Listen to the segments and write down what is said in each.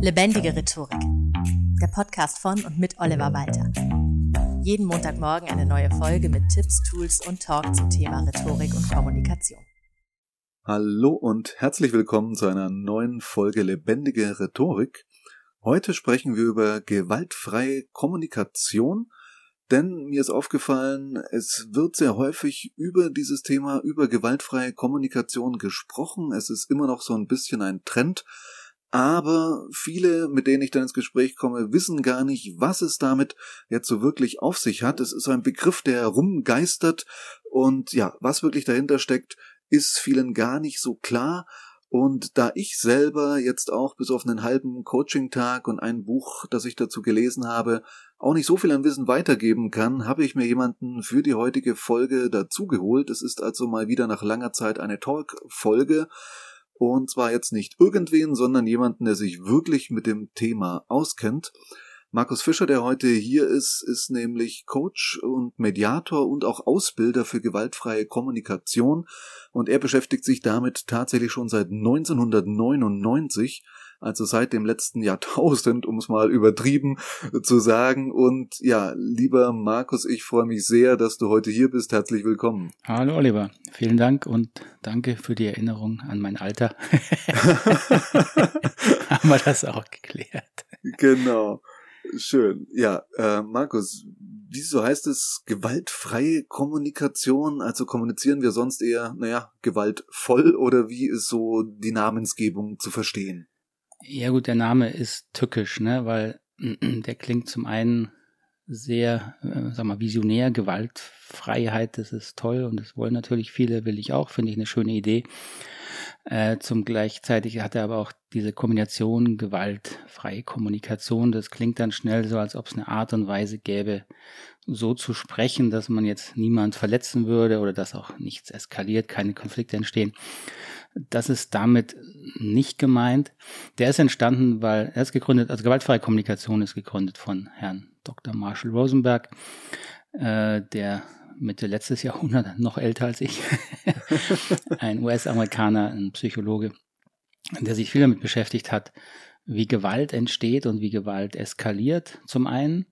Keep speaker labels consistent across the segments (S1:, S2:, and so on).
S1: Lebendige Rhetorik. Der Podcast von und mit Oliver Walter. Jeden Montagmorgen eine neue Folge mit Tipps, Tools und Talk zum Thema Rhetorik und Kommunikation.
S2: Hallo und herzlich willkommen zu einer neuen Folge Lebendige Rhetorik. Heute sprechen wir über gewaltfreie Kommunikation, denn mir ist aufgefallen, es wird sehr häufig über dieses Thema, über gewaltfreie Kommunikation gesprochen. Es ist immer noch so ein bisschen ein Trend, aber viele, mit denen ich dann ins Gespräch komme, wissen gar nicht, was es damit jetzt so wirklich auf sich hat. Es ist so ein Begriff, der herumgeistert und ja, was wirklich dahinter steckt, ist vielen gar nicht so klar. Und da ich selber jetzt auch bis auf einen halben Coaching-Tag und ein Buch, das ich dazu gelesen habe, auch nicht so viel an Wissen weitergeben kann, habe ich mir jemanden für die heutige Folge dazugeholt. Es ist also mal wieder nach langer Zeit eine Talk-Folge. Und zwar jetzt nicht irgendwen, sondern jemanden, der sich wirklich mit dem Thema auskennt. Markus Fischer, der heute hier ist nämlich Coach und Mediator und auch Ausbilder für gewaltfreie Kommunikation. Und er beschäftigt sich damit tatsächlich schon seit 1999, also seit dem letzten Jahrtausend, um es mal übertrieben zu sagen. Und ja, lieber Markus, ich freue mich sehr, dass du heute hier bist. Herzlich willkommen.
S3: Hallo Oliver, vielen Dank und danke für die Erinnerung an mein Alter. Haben wir das auch geklärt.
S2: Genau. Schön. Ja, Markus, wieso heißt es gewaltfreie Kommunikation? Also kommunizieren wir sonst eher, gewaltvoll, oder wie ist so die Namensgebung zu verstehen?
S3: Ja gut, der Name ist tückisch, weil der klingt zum einen sehr, visionär, Gewaltfreiheit, das ist toll und das wollen natürlich viele, will ich auch, finde ich eine schöne Idee. Zum gleichzeitig hat er aber auch diese Kombination gewaltfreie Kommunikation, das klingt dann schnell so, als ob es eine Art und Weise gäbe, so zu sprechen, dass man jetzt niemand verletzen würde oder dass auch nichts eskaliert, keine Konflikte entstehen. Das ist damit nicht gemeint. Der ist entstanden, weil er ist gegründet, also gewaltfreie Kommunikation ist gegründet von Herrn Dr. Marshall Rosenberg, der Mitte letztes Jahrhundert, noch älter als ich, ein US-Amerikaner, ein Psychologe, der sich viel damit beschäftigt hat, wie Gewalt entsteht und wie Gewalt eskaliert zum einen,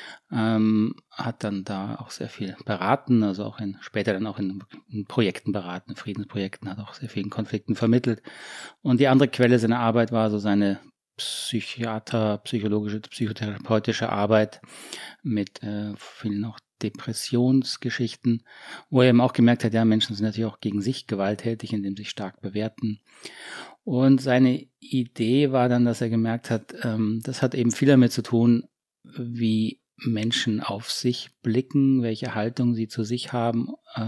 S3: hat dann da auch sehr viel beraten, also auch später dann auch in Projekten beraten, Friedensprojekten, hat auch sehr vielen Konflikten vermittelt. Und die andere Quelle seiner Arbeit war so seine psychologische, psychotherapeutische Arbeit mit vielen auch Depressionsgeschichten, wo er eben auch gemerkt hat, ja, Menschen sind natürlich auch gegen sich gewalttätig, indem sie sich stark bewerten. Und seine Idee war dann, dass er gemerkt hat, das hat eben viel damit zu tun, wie Menschen auf sich blicken, welche Haltung sie zu sich haben,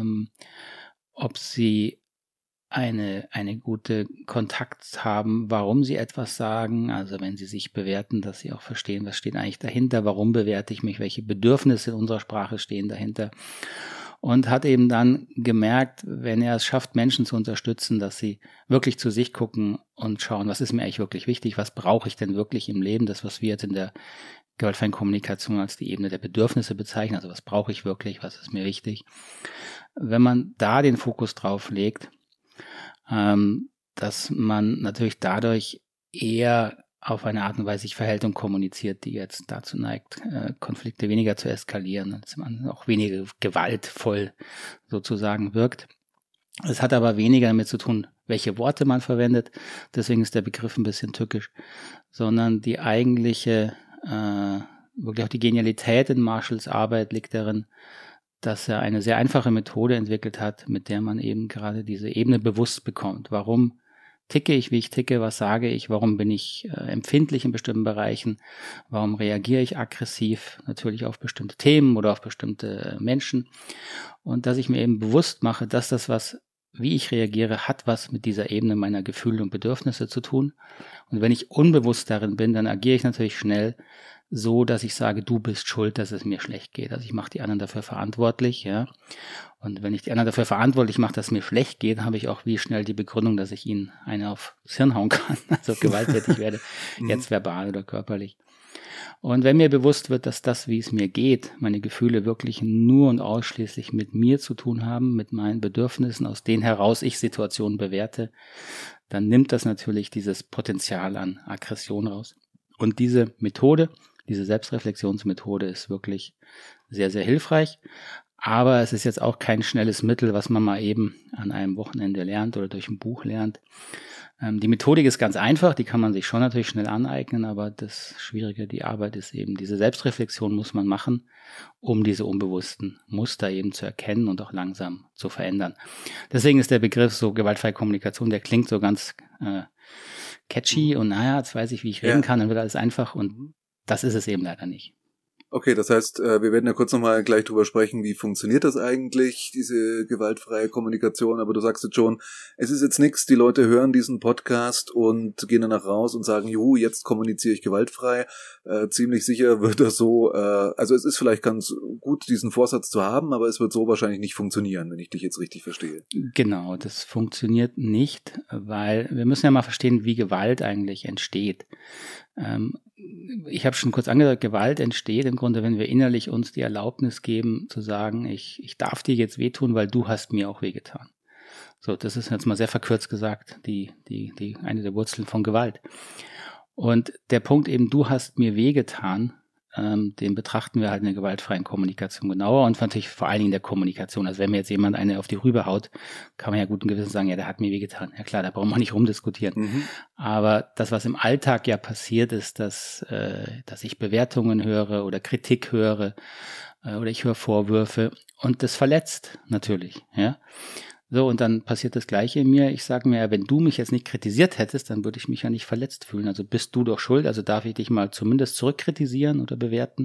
S3: ob sie eine gute Kontakt haben, warum sie etwas sagen, also wenn sie sich bewerten, dass sie auch verstehen, was steht eigentlich dahinter, warum bewerte ich mich, welche Bedürfnisse in unserer Sprache stehen dahinter. Und hat eben dann gemerkt, wenn er es schafft, Menschen zu unterstützen, dass sie wirklich zu sich gucken und schauen, was ist mir eigentlich wirklich wichtig, was brauche ich denn wirklich im Leben, das, was wir jetzt in der gewaltfreien Kommunikation als die Ebene der Bedürfnisse bezeichnen, also was brauche ich wirklich, was ist mir wichtig. Wenn man da den Fokus drauf legt, dass man natürlich dadurch eher auf eine Art und Weise sich verhält und kommuniziert, die jetzt dazu neigt, Konflikte weniger zu eskalieren, als man auch weniger gewaltvoll sozusagen wirkt. Es hat aber weniger damit zu tun, welche Worte man verwendet, deswegen ist der Begriff ein bisschen tückisch, sondern die eigentliche, wirklich auch die Genialität in Marshalls Arbeit liegt darin, dass er eine sehr einfache Methode entwickelt hat, mit der man eben gerade diese Ebene bewusst bekommt. Warum ticke ich, wie ich ticke, was sage ich, warum bin ich empfindlich in bestimmten Bereichen, warum reagiere ich aggressiv, natürlich auf bestimmte Themen oder auf bestimmte Menschen. Und dass ich mir eben bewusst mache, dass das, wie ich reagiere, hat was mit dieser Ebene meiner Gefühle und Bedürfnisse zu tun. Und wenn ich unbewusst darin bin, dann agiere ich natürlich schnell so, dass ich sage, du bist schuld, dass es mir schlecht geht. Also ich mache die anderen dafür verantwortlich, ja. Und wenn ich die anderen dafür verantwortlich mache, dass es mir schlecht geht, habe ich auch wie schnell die Begründung, dass ich ihnen eine aufs Hirn hauen kann, also gewalttätig werde, jetzt verbal oder körperlich. Und wenn mir bewusst wird, dass das, wie es mir geht, meine Gefühle wirklich nur und ausschließlich mit mir zu tun haben, mit meinen Bedürfnissen, aus denen heraus ich Situationen bewerte, dann nimmt das natürlich dieses Potenzial an Aggression raus. Und diese Methode, diese Selbstreflexionsmethode ist wirklich sehr, sehr hilfreich. Aber es ist jetzt auch kein schnelles Mittel, was man mal eben an einem Wochenende lernt oder durch ein Buch lernt. Die Methodik ist ganz einfach, die kann man sich schon natürlich schnell aneignen, aber das Schwierige, die Arbeit ist eben, diese Selbstreflexion muss man machen, um diese unbewussten Muster eben zu erkennen und auch langsam zu verändern. Deswegen ist der Begriff so gewaltfreie Kommunikation, der klingt so ganz catchy und naja, jetzt weiß ich, wie ich reden kann, dann wird alles einfach und das ist es eben leider nicht.
S2: Okay, das heißt, wir werden ja kurz nochmal gleich drüber sprechen, wie funktioniert das eigentlich, diese gewaltfreie Kommunikation, aber du sagst jetzt schon, es ist jetzt nichts, die Leute hören diesen Podcast und gehen danach raus und sagen, juhu, jetzt kommuniziere ich gewaltfrei, ziemlich sicher wird das so, also es ist vielleicht ganz gut, diesen Vorsatz zu haben, aber es wird so wahrscheinlich nicht funktionieren, wenn ich dich jetzt richtig verstehe.
S3: Genau, das funktioniert nicht, weil wir müssen ja mal verstehen, wie Gewalt eigentlich entsteht. Ich habe schon kurz angedeutet, Gewalt entsteht im Grunde, wenn wir innerlich uns die Erlaubnis geben, zu sagen, ich darf dir jetzt wehtun, weil du hast mir auch wehgetan. So, das ist jetzt mal sehr verkürzt gesagt, eine der Wurzeln von Gewalt. Und der Punkt eben, du hast mir wehgetan, den betrachten wir halt in der gewaltfreien Kommunikation genauer und natürlich vor allen Dingen in der Kommunikation. Also wenn mir jetzt jemand eine auf die Rübe haut, kann man ja guten Gewissens sagen, ja, der hat mir wehgetan. Ja klar, da brauchen wir nicht rumdiskutieren. Aber das, was im Alltag ja passiert, ist, dass ich Bewertungen höre oder Kritik höre oder ich höre Vorwürfe und das verletzt natürlich, ja. So, und dann passiert das Gleiche in mir. Ich sage mir, wenn du mich jetzt nicht kritisiert hättest, dann würde ich mich ja nicht verletzt fühlen. Also bist du doch schuld, also darf ich dich mal zumindest zurückkritisieren oder bewerten.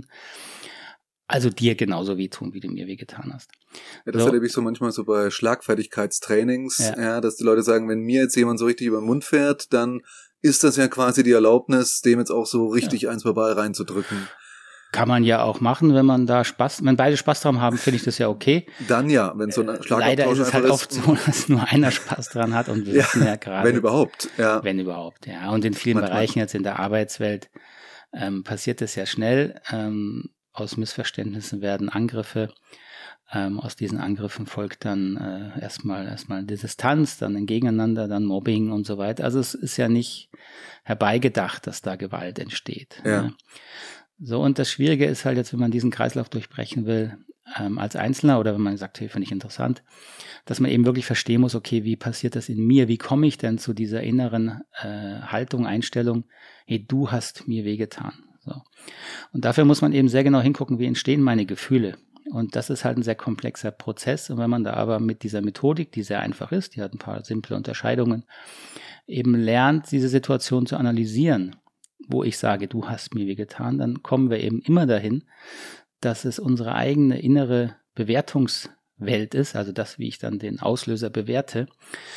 S3: Also dir genauso wehtun, wie du mir wehgetan hast.
S2: Ja, das erlebe ich so manchmal so bei Schlagfertigkeitstrainings, ja, dass die Leute sagen, wenn mir jetzt jemand so richtig über den Mund fährt, dann ist das ja quasi die Erlaubnis, dem jetzt auch so richtig eins vorbei reinzudrücken.
S3: Kann man ja auch machen, wenn man da wenn beide Spaß dran haben, finde ich das ja okay.
S2: Dann ja, wenn so ein Schlagabtausch
S3: leider ist es halt oft so, dass nur einer Spaß dran hat und wir wissen ja gerade.
S2: Wenn überhaupt, ja.
S3: Wenn überhaupt, ja. Und in vielen Bereichen jetzt in der Arbeitswelt passiert das ja schnell. Aus Missverständnissen werden Angriffe. Aus diesen Angriffen folgt dann erstmal die Distanz, dann ein Gegeneinander, dann Mobbing und so weiter. Also es ist ja nicht herbeigedacht, dass da Gewalt entsteht.
S2: Ja.
S3: Ne? So, und das Schwierige ist halt jetzt, wenn man diesen Kreislauf durchbrechen will, als Einzelner oder wenn man sagt, hey, finde ich interessant, dass man eben wirklich verstehen muss, okay, wie passiert das in mir? Wie komme ich denn zu dieser inneren Haltung, Einstellung, hey, du hast mir wehgetan. So. Und dafür muss man eben sehr genau hingucken, wie entstehen meine Gefühle. Und das ist halt ein sehr komplexer Prozess. Und wenn man da aber mit dieser Methodik, die sehr einfach ist, die hat ein paar simple Unterscheidungen, eben lernt, diese Situation zu analysieren, wo ich sage, du hast mir wehgetan, dann kommen wir eben immer dahin, dass es unsere eigene innere Bewertungswelt ist, also das, wie ich dann den Auslöser bewerte,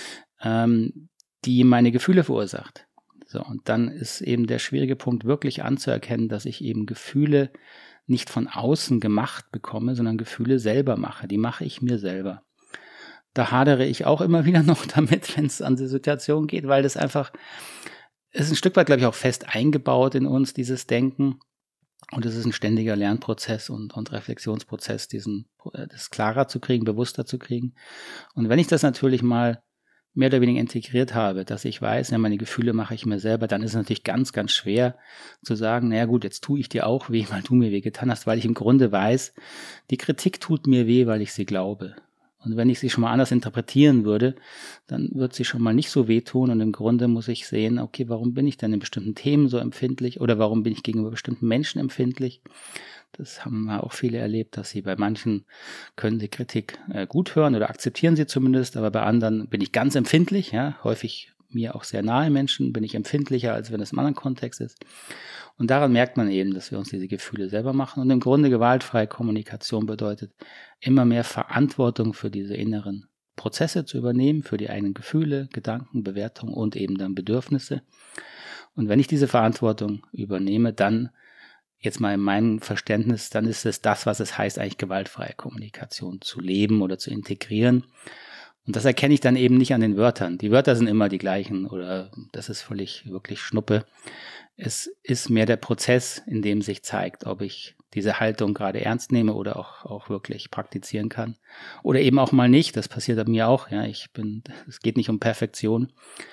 S3: die meine Gefühle verursacht. So, und dann ist eben der schwierige Punkt, wirklich anzuerkennen, dass ich eben Gefühle nicht von außen gemacht bekomme, sondern Gefühle selber mache. Die mache ich mir selber. Da hadere ich auch immer wieder noch damit, wenn es an die Situation geht, weil das einfach es ist ein Stück weit, glaube ich, auch fest eingebaut in uns, dieses Denken. Und es ist ein ständiger Lernprozess und Reflexionsprozess, das klarer zu kriegen, bewusster zu kriegen. Und wenn ich das natürlich mal mehr oder weniger integriert habe, dass ich weiß, ja, meine Gefühle mache ich mir selber, dann ist es natürlich ganz, ganz schwer zu sagen, naja gut, jetzt tue ich dir auch weh, weil du mir weh getan hast, weil ich im Grunde weiß, die Kritik tut mir weh, weil ich sie glaube. Und wenn ich sie schon mal anders interpretieren würde, dann wird sie schon mal nicht so wehtun und im Grunde muss ich sehen, okay, warum bin ich denn in bestimmten Themen so empfindlich oder warum bin ich gegenüber bestimmten Menschen empfindlich? Das haben ja auch viele erlebt, dass sie bei manchen können die Kritik gut hören oder akzeptieren sie zumindest, aber bei anderen bin ich ganz empfindlich, ja, häufig mir auch sehr nahe Menschen, bin ich empfindlicher, als wenn es im anderen Kontext ist. Und daran merkt man eben, dass wir uns diese Gefühle selber machen. Und im Grunde gewaltfreie Kommunikation bedeutet, immer mehr Verantwortung für diese inneren Prozesse zu übernehmen, für die eigenen Gefühle, Gedanken, Bewertungen und eben dann Bedürfnisse. Und wenn ich diese Verantwortung übernehme, dann, jetzt mal in meinem Verständnis, dann ist es das, was es heißt, eigentlich gewaltfreie Kommunikation zu leben oder zu integrieren. Und das erkenne ich dann eben nicht an den Wörtern. Die Wörter sind immer die gleichen oder das ist wirklich Schnuppe. Es ist mehr der Prozess, in dem sich zeigt, ob ich diese Haltung gerade ernst nehme oder auch wirklich praktizieren kann. Oder eben auch mal nicht. Das passiert bei mir auch. Ja, es geht nicht um Perfektion,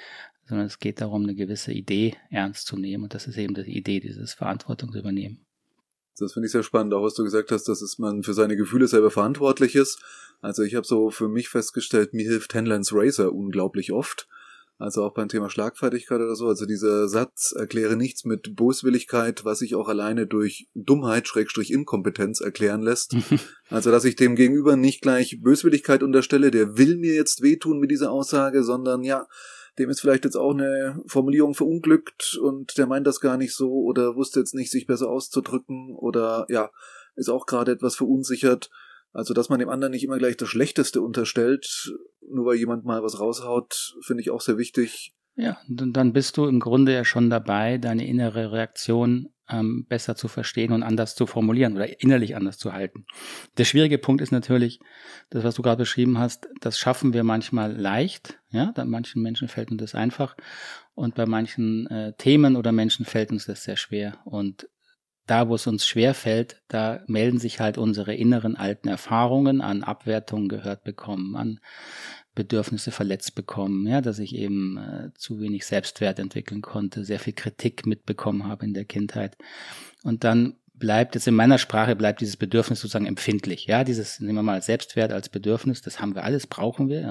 S3: sondern es geht darum, eine gewisse Idee ernst zu nehmen. Und das ist eben die Idee, dieses Verantwortung zu übernehmen.
S2: Das finde ich sehr spannend, auch was du gesagt hast, dass man für seine Gefühle selber verantwortlich ist. Also ich habe so für mich festgestellt, mir hilft Henlens Razor unglaublich oft. Also auch beim Thema Schlagfertigkeit oder so. Also dieser Satz, erkläre nichts mit Boswilligkeit, was sich auch alleine durch Dummheit, Inkompetenz erklären lässt. Also dass ich dem Gegenüber nicht gleich Böswilligkeit unterstelle, der will mir jetzt wehtun mit dieser Aussage, sondern ja, dem ist vielleicht jetzt auch eine Formulierung verunglückt und der meint das gar nicht so oder wusste jetzt nicht, sich besser auszudrücken oder ja, ist auch gerade etwas verunsichert. Also, dass man dem anderen nicht immer gleich das Schlechteste unterstellt, nur weil jemand mal was raushaut, finde ich auch sehr wichtig.
S3: Ja, und dann bist du im Grunde ja schon dabei, deine innere Reaktion besser zu verstehen und anders zu formulieren oder innerlich anders zu halten. Der schwierige Punkt ist natürlich, das, was du gerade beschrieben hast, das schaffen wir manchmal leicht, ja, bei manchen Menschen fällt uns das einfach und bei manchen Themen oder Menschen fällt uns das sehr schwer und da, wo es uns schwer fällt, da melden sich halt unsere inneren alten Erfahrungen an Abwertungen gehört bekommen, an Bedürfnisse verletzt bekommen, ja, dass ich eben zu wenig Selbstwert entwickeln konnte, sehr viel Kritik mitbekommen habe in der Kindheit. Und dann bleibt jetzt in meiner Sprache dieses Bedürfnis sozusagen empfindlich. Ja, dieses, nehmen wir mal Selbstwert als Bedürfnis, das haben wir alles, brauchen wir, ja,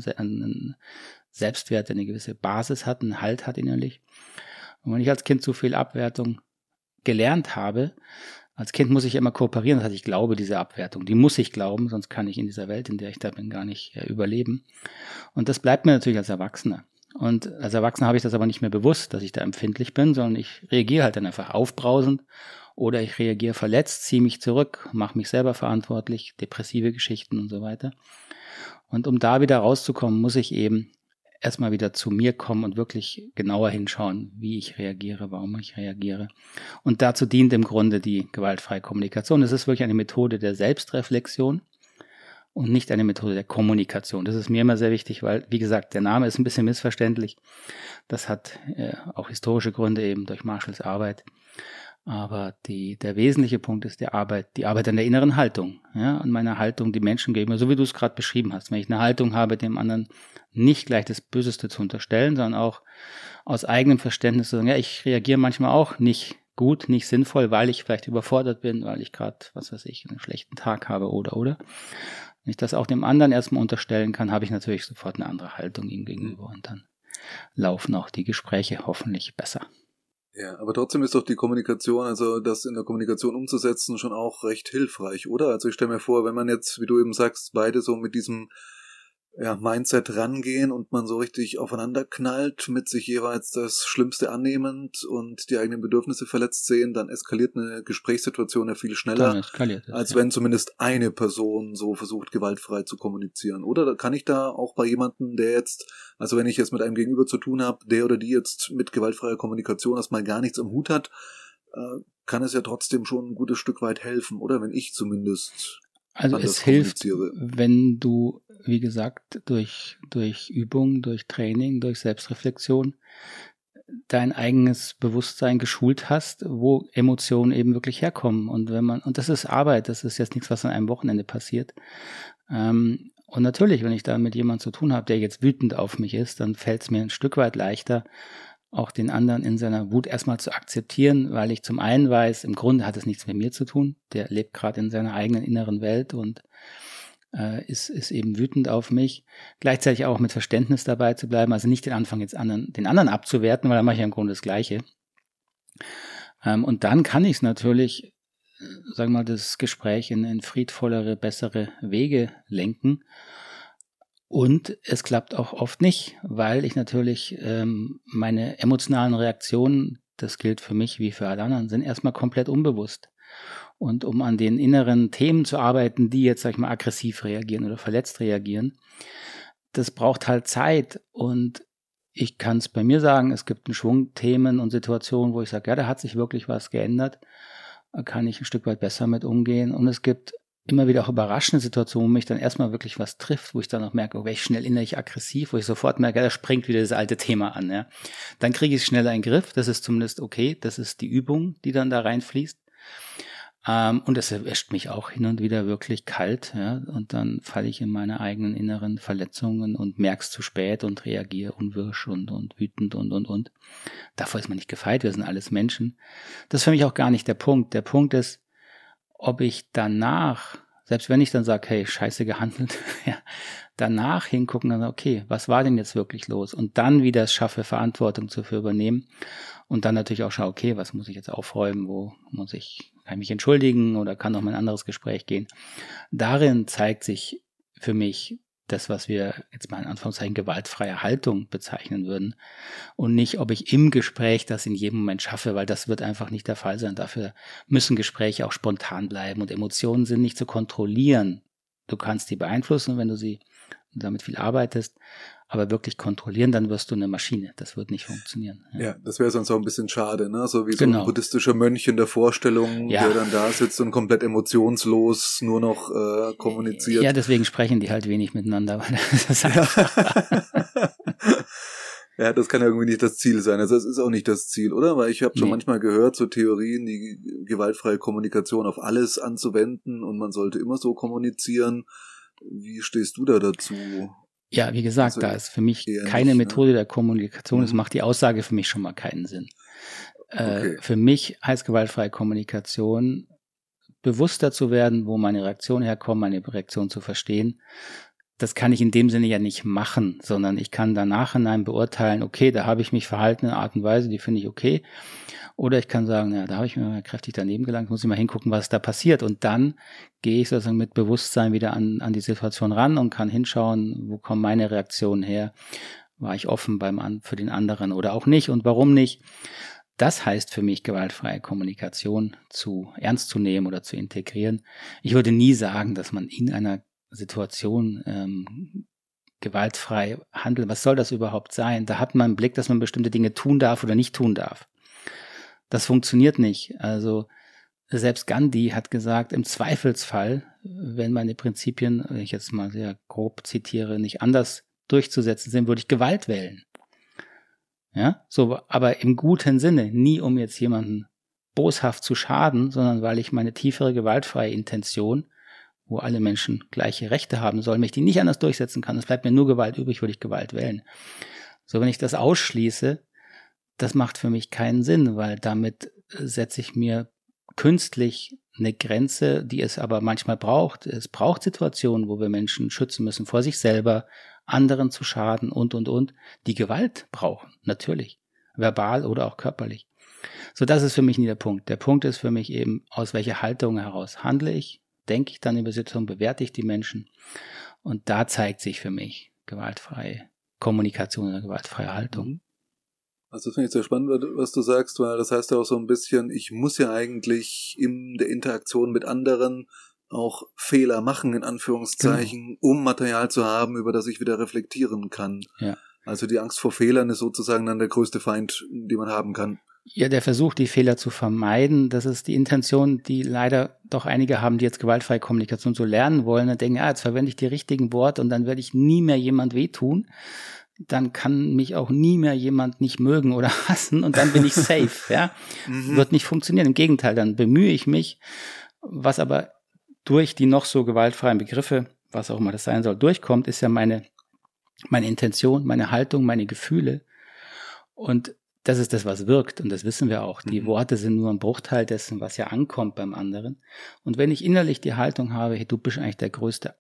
S3: einen Selbstwert, der eine gewisse Basis hat, einen Halt hat innerlich. Und wenn ich als Kind zu viel Abwertung gelernt habe, als Kind muss ich immer kooperieren, das heißt, ich glaube diese Abwertung, die muss ich glauben, sonst kann ich in dieser Welt, in der ich da bin, gar nicht überleben. Und das bleibt mir natürlich als Erwachsener. Und als Erwachsener habe ich das aber nicht mehr bewusst, dass ich da empfindlich bin, sondern ich reagiere halt dann einfach aufbrausend oder ich reagiere verletzt, ziehe mich zurück, mache mich selber verantwortlich, depressive Geschichten und so weiter. Und um da wieder rauszukommen, muss ich eben erstmal wieder zu mir kommen und wirklich genauer hinschauen, wie ich reagiere, warum ich reagiere. Und dazu dient im Grunde die gewaltfreie Kommunikation. Es ist wirklich eine Methode der Selbstreflexion und nicht eine Methode der Kommunikation. Das ist mir immer sehr wichtig, weil, wie gesagt, der Name ist ein bisschen missverständlich. Das hat auch historische Gründe eben durch Marshalls Arbeit. Aber der wesentliche Punkt ist die Arbeit an der inneren Haltung, ja, an meiner Haltung, die Menschen gegenüber, so wie du es gerade beschrieben hast. Wenn ich eine Haltung habe, dem anderen nicht gleich das Böseste zu unterstellen, sondern auch aus eigenem Verständnis zu sagen, ja, ich reagiere manchmal auch nicht gut, nicht sinnvoll, weil ich vielleicht überfordert bin, weil ich gerade, was weiß ich, einen schlechten Tag habe oder. Wenn ich das auch dem anderen erstmal unterstellen kann, habe ich natürlich sofort eine andere Haltung ihm gegenüber und dann laufen auch die Gespräche hoffentlich besser.
S2: Ja, aber trotzdem ist doch die Kommunikation, also das in der Kommunikation umzusetzen, schon auch recht hilfreich, oder? Also ich stelle mir vor, wenn man jetzt, wie du eben sagst, beide so mit diesem Mindset rangehen und man so richtig aufeinander knallt, mit sich jeweils das Schlimmste annehmend und die eigenen Bedürfnisse verletzt sehen, dann eskaliert eine Gesprächssituation ja viel schneller, als wenn zumindest eine Person so versucht, gewaltfrei zu kommunizieren. Oder kann ich da auch bei jemandem, der jetzt, also wenn ich jetzt mit einem Gegenüber zu tun habe, der oder die jetzt mit gewaltfreier Kommunikation erstmal gar nichts am Hut hat, kann es ja trotzdem schon ein gutes Stück weit helfen, oder? Wenn ich zumindest
S3: also es hilft, wenn du, wie gesagt, durch Übung, durch Training, durch Selbstreflexion dein eigenes Bewusstsein geschult hast, wo Emotionen eben wirklich herkommen. Und das ist Arbeit, das ist jetzt nichts, was an einem Wochenende passiert. Und natürlich, wenn ich da mit jemandem zu tun habe, der jetzt wütend auf mich ist, dann fällt es mir ein Stück weit leichter, auch den anderen in seiner Wut erstmal zu akzeptieren, weil ich zum einen weiß, im Grunde hat es nichts mit mir zu tun. Der lebt gerade in seiner eigenen inneren Welt und ist eben wütend auf mich. Gleichzeitig auch mit Verständnis dabei zu bleiben, also nicht den anderen abzuwerten, weil dann mache ich ja im Grunde das Gleiche. Und dann kann ich es natürlich, sagen wir mal, das Gespräch in friedvollere, bessere Wege lenken. Und es klappt auch oft nicht, weil ich natürlich meine emotionalen Reaktionen, das gilt für mich wie für alle anderen, sind erstmal komplett unbewusst. Und um an den inneren Themen zu arbeiten, die jetzt, sag ich mal, aggressiv reagieren oder verletzt reagieren, das braucht halt Zeit. Und ich kann es bei mir sagen, es gibt einen Schwung Themen und Situationen, wo ich sage, ja, da hat sich wirklich was geändert, da kann ich ein Stück weit besser mit umgehen. Und es gibt immer wieder auch überraschende Situationen, wo mich dann erstmal wirklich was trifft, wo ich dann auch merke, oh, wäre ich schnell innerlich aggressiv, wo ich sofort merke, ja, da springt wieder das alte Thema an. Ja. Dann kriege ich es schneller in den Griff, das ist zumindest okay, das ist die Übung, die dann da reinfließt. Und es erwischt mich auch hin und wieder wirklich kalt, ja, und dann falle ich in meine eigenen inneren Verletzungen und merk's zu spät und reagiere unwirsch und wütend und. Davor ist man nicht gefeit, wir sind alles Menschen. Das ist für mich auch gar nicht der Punkt. Der Punkt ist, ob ich danach, selbst wenn ich dann sage, hey, scheiße gehandelt, ja, danach hingucken und dann, okay, was war denn jetzt wirklich los? Und dann wieder es schaffe, Verantwortung dafür übernehmen und dann natürlich auch schaue, okay, was muss ich jetzt aufräumen, kann ich mich entschuldigen oder kann noch mal ein anderes Gespräch gehen. Darin zeigt sich für mich das, was wir jetzt mal in Anführungszeichen gewaltfreie Haltung bezeichnen würden und nicht, ob ich im Gespräch das in jedem Moment schaffe, weil das wird einfach nicht der Fall sein. Dafür müssen Gespräche auch spontan bleiben und Emotionen sind nicht zu kontrollieren. Du kannst die beeinflussen, wenn du damit viel arbeitest, aber wirklich kontrollieren, dann wirst du eine Maschine. Das wird nicht funktionieren.
S2: Ja, das wäre sonst auch ein bisschen schade, ne? So wie so ein buddhistischer Mönch in der Vorstellung, der dann da sitzt und komplett emotionslos nur noch kommuniziert.
S3: Ja, deswegen sprechen die halt wenig miteinander. Weil das
S2: ja, das kann ja irgendwie nicht das Ziel sein. Also das ist auch nicht das Ziel, oder? Weil ich habe schon manchmal gehört, so Theorien, die gewaltfreie Kommunikation auf alles anzuwenden und man sollte immer so kommunizieren. Wie stehst du da dazu?
S3: Ja, wie gesagt, also da ist für mich keine Methode der Kommunikation. Das macht die Aussage für mich schon mal keinen Sinn. Okay. Für mich heißt gewaltfreie Kommunikation, bewusster zu werden, wo meine Reaktionen herkommen, meine Reaktion zu verstehen. Das kann ich in dem Sinne ja nicht machen, sondern ich kann da nachhinein beurteilen, okay, da habe ich mich verhalten in einer Art und Weise, die finde ich okay. Oder ich kann sagen, ja, da habe ich mir mal kräftig daneben gelangt, muss ich mal hingucken, was da passiert. Und dann gehe ich sozusagen mit Bewusstsein wieder an die Situation ran und kann hinschauen, wo kommen meine Reaktionen her? War ich offen für den anderen oder auch nicht? Und warum nicht? Das heißt für mich, gewaltfreie Kommunikation ernst zu nehmen oder zu integrieren. Ich würde nie sagen, dass man in einer Situation gewaltfrei handelt. Was soll das überhaupt sein? Da hat man einen Blick, dass man bestimmte Dinge tun darf oder nicht tun darf. Das funktioniert nicht. Also selbst Gandhi hat gesagt, im Zweifelsfall, wenn meine Prinzipien, wenn ich jetzt mal sehr grob zitiere, nicht anders durchzusetzen sind, würde ich Gewalt wählen. Ja, so, aber im guten Sinne, nie um jetzt jemanden boshaft zu schaden, sondern weil ich meine tiefere gewaltfreie Intention, wo alle Menschen gleiche Rechte haben sollen, wenn ich die nicht anders durchsetzen kann, es bleibt mir nur Gewalt übrig, würde ich Gewalt wählen. So, wenn ich das ausschließe, das macht für mich keinen Sinn, weil damit setze ich mir künstlich eine Grenze, die es aber manchmal braucht. Es braucht Situationen, wo wir Menschen schützen müssen vor sich selber, anderen zu schaden und, die Gewalt brauchen, natürlich, verbal oder auch körperlich. So, das ist für mich nie der Punkt. Der Punkt ist für mich eben, aus welcher Haltung heraus handle ich, denke ich dann über Situationen, bewerte ich die Menschen und da zeigt sich für mich gewaltfreie Kommunikation oder gewaltfreie Haltung.
S2: Also finde ich sehr spannend, was du sagst, weil das heißt ja auch so ein bisschen, ich muss ja eigentlich in der Interaktion mit anderen auch Fehler machen, in Anführungszeichen, um Material zu haben, über das ich wieder reflektieren kann.
S3: Ja.
S2: Also die Angst vor Fehlern ist sozusagen dann der größte Feind, den man haben kann.
S3: Ja, der Versuch, die Fehler zu vermeiden, das ist die Intention, die leider doch einige haben, die jetzt gewaltfreie Kommunikation so lernen wollen und denken, jetzt verwende ich die richtigen Worte und dann werde ich nie mehr jemand wehtun. Dann kann mich auch nie mehr jemand nicht mögen oder hassen und dann bin ich safe, ja. Wird nicht funktionieren. Im Gegenteil, dann bemühe ich mich, was aber durch die noch so gewaltfreien Begriffe, was auch immer das sein soll, durchkommt, ist ja meine Intention, meine Haltung, meine Gefühle. Und das ist das, was wirkt. Und das wissen wir auch. Die Worte sind nur ein Bruchteil dessen, was ja ankommt beim anderen. Und wenn ich innerlich die Haltung habe, hey, du bist eigentlich der größte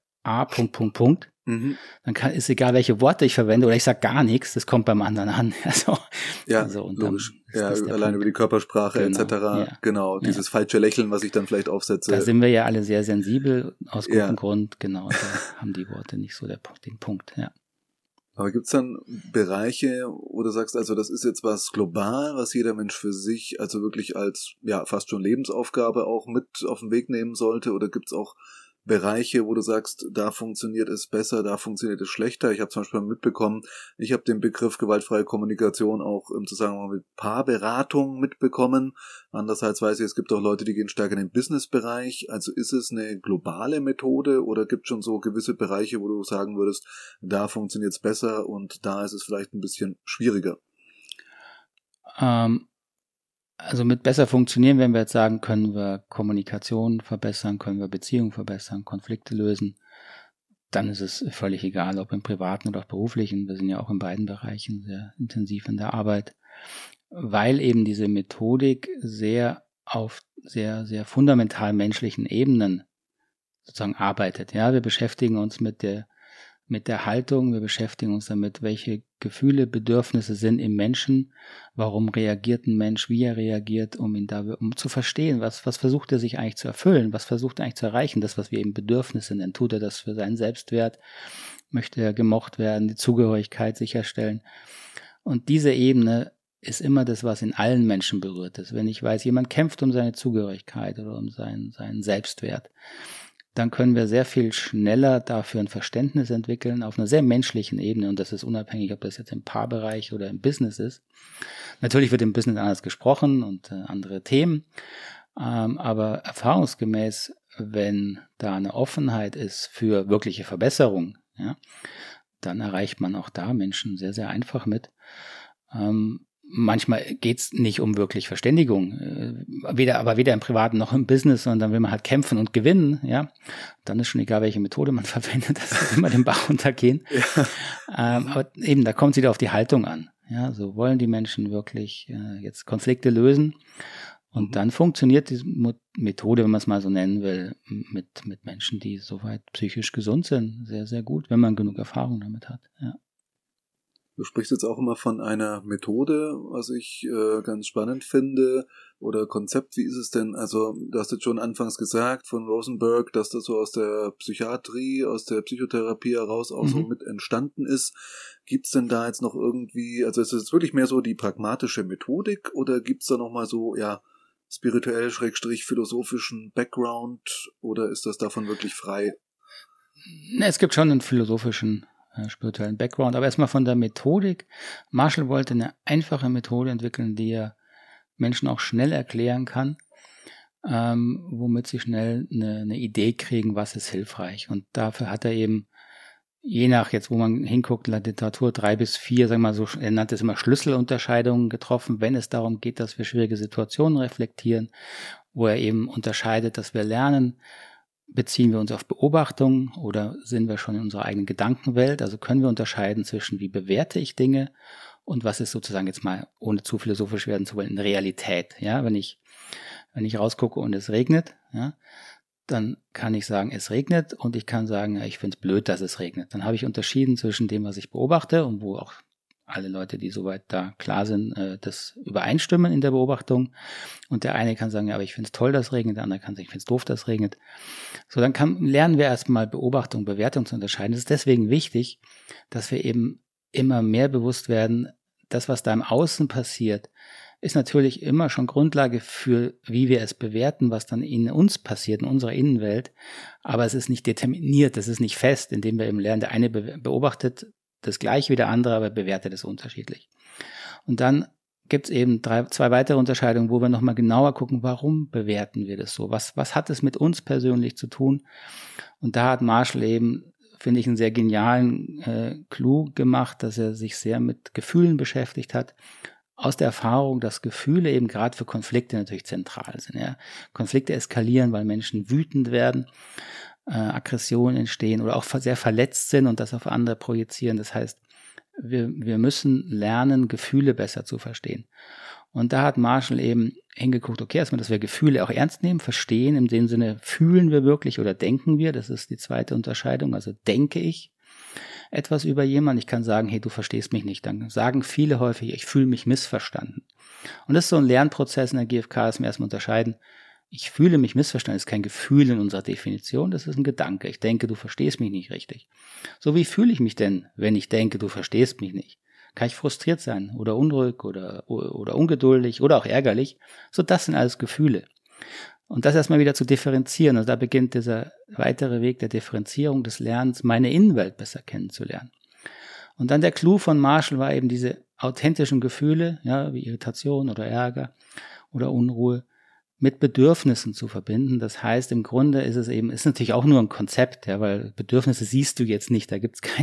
S3: dann ist egal, welche Worte ich verwende oder ich sage gar nichts, das kommt beim anderen an.
S2: Also, logisch. Ja, allein über die Körpersprache etc. Genau, dieses falsche Lächeln, was ich dann vielleicht aufsetze.
S3: Da sind wir ja alle sehr sensibel, aus gutem Grund. Genau, da haben die Worte nicht so den Punkt, ja.
S2: Aber gibt's dann Bereiche, wo du sagst, also das ist jetzt was global, was jeder Mensch für sich also wirklich als fast schon Lebensaufgabe auch mit auf den Weg nehmen sollte? Oder gibt's auch Bereiche, wo du sagst, da funktioniert es besser, da funktioniert es schlechter? Ich habe zum Beispiel mitbekommen, ich habe den Begriff gewaltfreie Kommunikation auch im Zusammenhang mit Paarberatung mitbekommen. Andererseits weiß ich, es gibt auch Leute, die gehen stärker in den Businessbereich. Also ist es eine globale Methode oder gibt es schon so gewisse Bereiche, wo du sagen würdest, da funktioniert es besser und da ist es vielleicht ein bisschen schwieriger?
S3: Also mit besser funktionieren, wenn wir jetzt sagen, können wir Kommunikation verbessern, können wir Beziehungen verbessern, Konflikte lösen, dann ist es völlig egal, ob im privaten oder auch beruflichen. Wir sind ja auch in beiden Bereichen sehr intensiv in der Arbeit, weil eben diese Methodik sehr auf sehr, sehr fundamental menschlichen Ebenen sozusagen arbeitet. Ja, wir beschäftigen uns mit der Haltung, wir beschäftigen uns damit, welche Gefühle, Bedürfnisse sind im Menschen, warum reagiert ein Mensch, wie er reagiert, um zu verstehen, was versucht er sich eigentlich zu erfüllen, was versucht er eigentlich zu erreichen, das, was wir eben Bedürfnisse nennen. Tut er das für seinen Selbstwert, möchte er gemocht werden, die Zugehörigkeit sicherstellen. Und diese Ebene ist immer das, was in allen Menschen berührt ist. Wenn ich weiß, jemand kämpft um seine Zugehörigkeit oder um seinen Selbstwert, dann können wir sehr viel schneller dafür ein Verständnis entwickeln auf einer sehr menschlichen Ebene. Und das ist unabhängig, ob das jetzt im Paarbereich oder im Business ist. Natürlich wird im Business anders gesprochen und andere Themen. Aber erfahrungsgemäß, wenn da eine Offenheit ist für wirkliche Verbesserung, ja, dann erreicht man auch da Menschen sehr, sehr einfach mit. Manchmal geht's nicht um wirklich Verständigung, weder im Privaten noch im Business, sondern dann will man halt kämpfen und gewinnen, ja. Dann ist schon egal, welche Methode man verwendet, das wird immer den Bach runtergehen. Ja. Aber eben, da kommt es wieder auf die Haltung an. Ja, so wollen die Menschen wirklich jetzt Konflikte lösen. Und dann funktioniert diese Methode, wenn man es mal so nennen will, mit Menschen, die soweit psychisch gesund sind, sehr, sehr gut, wenn man genug Erfahrung damit hat, ja.
S2: Du sprichst jetzt auch immer von einer Methode, was ich ganz spannend finde, oder Konzept. Wie ist es denn? Also du hast jetzt schon anfangs gesagt von Rosenberg, dass das so aus der Psychiatrie, aus der Psychotherapie heraus auch so mit entstanden ist. Gibt's denn da jetzt noch irgendwie, also ist es wirklich mehr so die pragmatische Methodik oder gibt's da nochmal so, ja, spirituell / philosophischen Background oder ist das davon wirklich frei?
S3: Es gibt schon einen philosophischen spirituellen Background, aber erstmal von der Methodik. Marshall wollte eine einfache Methode entwickeln, die er Menschen auch schnell erklären kann, womit sie schnell eine Idee kriegen, was ist hilfreich. Und dafür hat er eben, je nach jetzt, wo man hinguckt, in der Literatur 3 bis 4, sagen wir mal so, er nannte es immer Schlüsselunterscheidungen getroffen, wenn es darum geht, dass wir schwierige Situationen reflektieren, wo er eben unterscheidet, dass wir lernen, beziehen wir uns auf Beobachtung oder sind wir schon in unserer eigenen Gedankenwelt? Also können wir unterscheiden zwischen, wie bewerte ich Dinge und was ist sozusagen jetzt mal, ohne zu philosophisch werden zu wollen, eine Realität. Ja, wenn ich rausgucke und es regnet, ja, dann kann ich sagen, es regnet und ich kann sagen, ja, ich finde es blöd, dass es regnet. Dann habe ich unterschieden zwischen dem, was ich beobachte und wo auch alle Leute, die soweit da klar sind, das übereinstimmen in der Beobachtung. Und der eine kann sagen, ja, aber ich finde es toll, dass es regnet, der andere kann sagen, ich finde es doof, dass es regnet. So, dann lernen wir erstmal Beobachtung, Bewertung zu unterscheiden. Es ist deswegen wichtig, dass wir eben immer mehr bewusst werden, das, was da im Außen passiert, ist natürlich immer schon Grundlage für, wie wir es bewerten, was dann in uns passiert, in unserer Innenwelt. Aber es ist nicht determiniert, es ist nicht fest, indem wir eben lernen, der eine beobachtet das gleiche wie der andere, aber bewertet es unterschiedlich. Und dann gibt es eben 2 weitere Unterscheidungen, wo wir nochmal genauer gucken, warum bewerten wir das so? Was hat es mit uns persönlich zu tun? Und da hat Marshall eben, finde ich, einen sehr genialen Clou gemacht, dass er sich sehr mit Gefühlen beschäftigt hat. Aus der Erfahrung, dass Gefühle eben gerade für Konflikte natürlich zentral sind. Ja? Konflikte eskalieren, weil Menschen wütend werden, Aggressionen entstehen oder auch sehr verletzt sind und das auf andere projizieren. Das heißt, wir müssen lernen, Gefühle besser zu verstehen. Und da hat Marshall eben hingeguckt, okay, erstmal, dass wir Gefühle auch ernst nehmen, verstehen, in dem Sinne, fühlen wir wirklich oder denken wir, das ist die zweite Unterscheidung, also denke ich etwas über jemanden, ich kann sagen, hey, du verstehst mich nicht, dann sagen viele häufig, ich fühle mich missverstanden. Und das ist so ein Lernprozess in der GfK, dass wir erstmal unterscheiden, ich fühle mich missverstanden, das ist kein Gefühl in unserer Definition, das ist ein Gedanke. Ich denke, du verstehst mich nicht richtig. So, wie fühle ich mich denn, wenn ich denke, du verstehst mich nicht? Kann ich frustriert sein oder unruhig oder ungeduldig oder auch ärgerlich? So, das sind alles Gefühle. Und das erstmal wieder zu differenzieren. Also da beginnt dieser weitere Weg der Differenzierung des Lernens, meine Innenwelt besser kennenzulernen. Und dann der Clou von Marshall war eben diese authentischen Gefühle, ja, wie Irritation oder Ärger oder Unruhe, mit Bedürfnissen zu verbinden. Das heißt, im Grunde ist natürlich auch nur ein Konzept, ja, weil Bedürfnisse siehst du jetzt nicht, da gibt's kein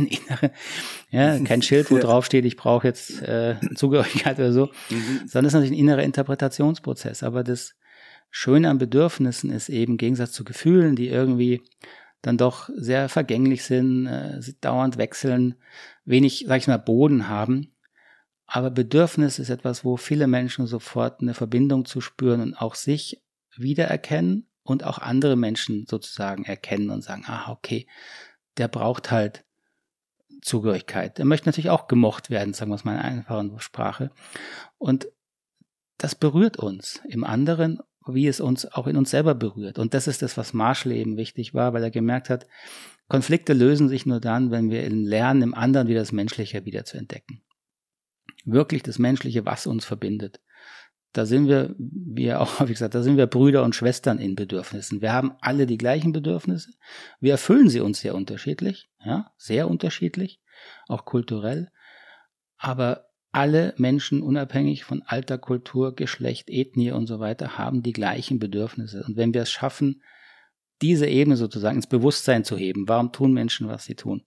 S3: kein Schild, wo drauf steht, ich brauche jetzt Zugehörigkeit oder so, sondern es ist natürlich ein innerer Interpretationsprozess. Aber das Schöne an Bedürfnissen ist eben im Gegensatz zu Gefühlen, die irgendwie dann doch sehr vergänglich sind, dauernd wechseln, wenig, sag ich mal, Boden haben. Aber Bedürfnis ist etwas, wo viele Menschen sofort eine Verbindung zu spüren und auch sich wiedererkennen und auch andere Menschen sozusagen erkennen und sagen, okay, der braucht halt Zugehörigkeit. Der möchte natürlich auch gemocht werden, sagen wir es mal in einfacher Sprache. Und das berührt uns im anderen, wie es uns auch in uns selber berührt. Und das ist das, was Marshall eben wichtig war, weil er gemerkt hat, Konflikte lösen sich nur dann, wenn wir lernen, im anderen wieder das Menschliche wieder zu entdecken. Wirklich das Menschliche, was uns verbindet. Da sind wir, wie er auch häufig gesagt, da sind wir Brüder und Schwestern in Bedürfnissen. Wir haben alle die gleichen Bedürfnisse. Wir erfüllen sie uns sehr unterschiedlich, ja, sehr unterschiedlich, auch kulturell. Aber alle Menschen, unabhängig von Alter, Kultur, Geschlecht, Ethnie und so weiter, haben die gleichen Bedürfnisse. Und wenn wir es schaffen, diese Ebene sozusagen ins Bewusstsein zu heben, warum tun Menschen, was sie tun,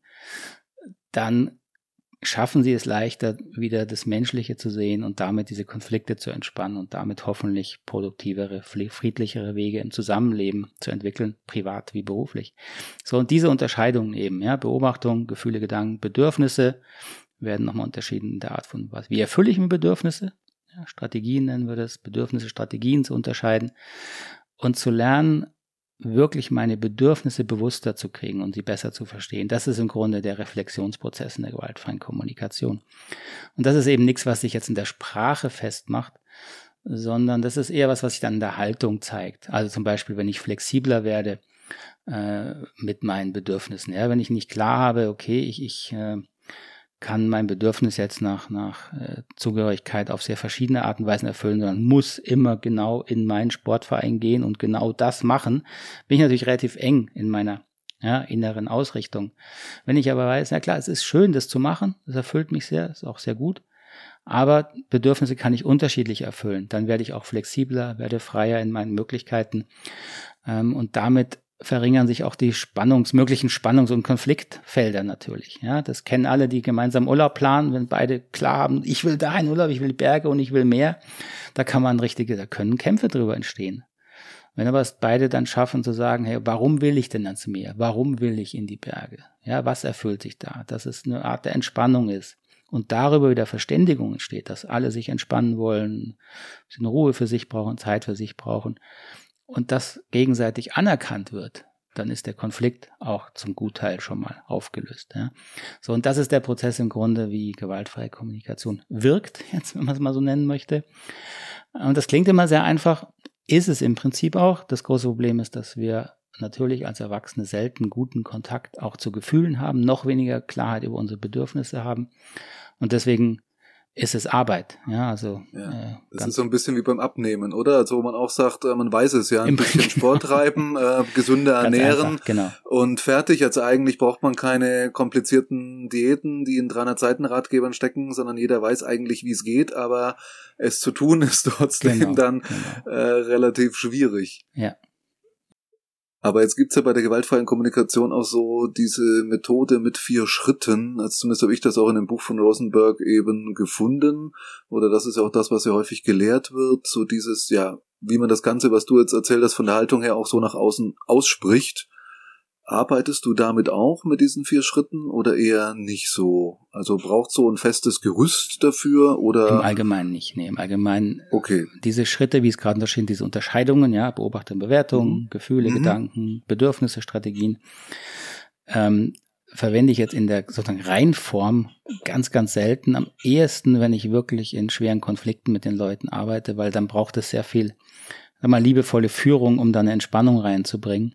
S3: dann schaffen sie es leichter, wieder das Menschliche zu sehen und damit diese Konflikte zu entspannen und damit hoffentlich produktivere, friedlichere Wege im Zusammenleben zu entwickeln, privat wie beruflich. So, und diese Unterscheidungen eben, ja, Beobachtung, Gefühle, Gedanken, Bedürfnisse werden nochmal unterschieden in der Art von was. Wie erfülle ich mir Bedürfnisse? Ja, Strategien nennen wir das, Bedürfnisse, Strategien zu unterscheiden und zu lernen, wirklich meine Bedürfnisse bewusster zu kriegen und sie besser zu verstehen. Das ist im Grunde der Reflexionsprozess in der gewaltfreien Kommunikation. Und das ist eben nichts, was sich jetzt in der Sprache festmacht, sondern das ist eher was sich dann in der Haltung zeigt. Also zum Beispiel, wenn ich flexibler werde mit meinen Bedürfnissen. Ja, wenn ich nicht klar habe, okay, ich kann mein Bedürfnis jetzt nach Zugehörigkeit auf sehr verschiedene Arten und Weisen erfüllen, sondern muss immer genau in meinen Sportverein gehen und genau das machen, bin ich natürlich relativ eng in meiner inneren Ausrichtung. Wenn ich aber weiß, na klar, es ist schön, das zu machen, das erfüllt mich sehr, ist auch sehr gut, aber Bedürfnisse kann ich unterschiedlich erfüllen. Dann werde ich auch flexibler, werde freier in meinen Möglichkeiten und damit verringern sich auch die möglichen Spannungs- und Konfliktfelder natürlich. Ja, das kennen alle, die gemeinsam Urlaub planen, wenn beide klar haben, ich will da in Urlaub, ich will Berge und ich will Meer. Da können Kämpfe drüber entstehen. Wenn aber es beide dann schaffen zu sagen, hey, warum will ich denn ans Meer? Warum will ich in die Berge? Ja, was erfüllt sich da? Dass es eine Art der Entspannung ist. Und darüber wieder Verständigung entsteht, dass alle sich entspannen wollen, eine Ruhe für sich brauchen, Zeit für sich brauchen. Und das gegenseitig anerkannt wird, dann ist der Konflikt auch zum Gutteil schon mal aufgelöst. Ja. So, und das ist der Prozess im Grunde, wie gewaltfreie Kommunikation wirkt, jetzt, wenn man es mal so nennen möchte. Und das klingt immer sehr einfach, ist es im Prinzip auch. Das große Problem ist, dass wir natürlich als Erwachsene selten guten Kontakt auch zu Gefühlen haben, noch weniger Klarheit über unsere Bedürfnisse haben. Und deswegen ist es Arbeit, ja, also.
S2: Ja, das ist so ein bisschen wie beim Abnehmen, oder? Also wo man auch sagt, man weiß es ja, ein bisschen Sport treiben, gesünder ernähren
S3: einfach, genau.
S2: Und fertig. Also eigentlich braucht man keine komplizierten Diäten, die in 300 Seiten Ratgebern stecken, sondern jeder weiß eigentlich, wie es geht, aber es zu tun ist trotzdem relativ schwierig.
S3: Ja.
S2: Aber jetzt gibt's ja bei der gewaltfreien Kommunikation auch so diese Methode mit 4 Schritten. Also zumindest habe ich das auch in dem Buch von Rosenberg eben gefunden. Oder das ist ja auch das, was ja häufig gelehrt wird. So dieses, ja, wie man das Ganze, was du jetzt erzählt hast, von der Haltung her auch so nach außen ausspricht. Arbeitest du damit auch mit diesen 4 Schritten oder eher nicht so? Also braucht so ein festes Gerüst dafür oder?
S3: Im Allgemeinen nicht, nee, im Allgemeinen. Okay. Diese Schritte, wie es gerade unterschieden, diese Unterscheidungen, ja, Beobachtung, Bewertung, Gefühle, Gedanken, Bedürfnisse, Strategien, verwende ich jetzt in der sozusagen Reinform ganz, ganz selten. Am ehesten, wenn ich wirklich in schweren Konflikten mit den Leuten arbeite, weil dann braucht es sehr viel, liebevolle Führung, um da eine Entspannung reinzubringen.